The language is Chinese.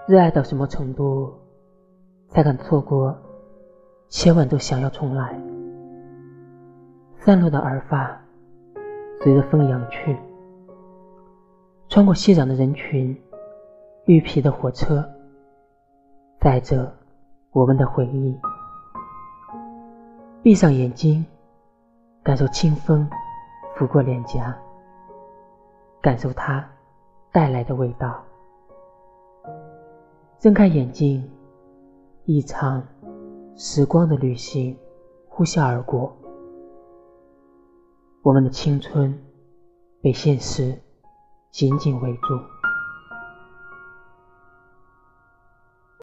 热爱到什么程度，才敢错过千万都想要重来？散落的耳发随着风扬去，穿过熙攘的人群，绿皮的火车载着我们的回忆。闭上眼睛，感受清风拂过脸颊，感受它带来的味道。睁开眼睛，一场时光的旅行呼啸而过，我们的青春被现实紧紧围住。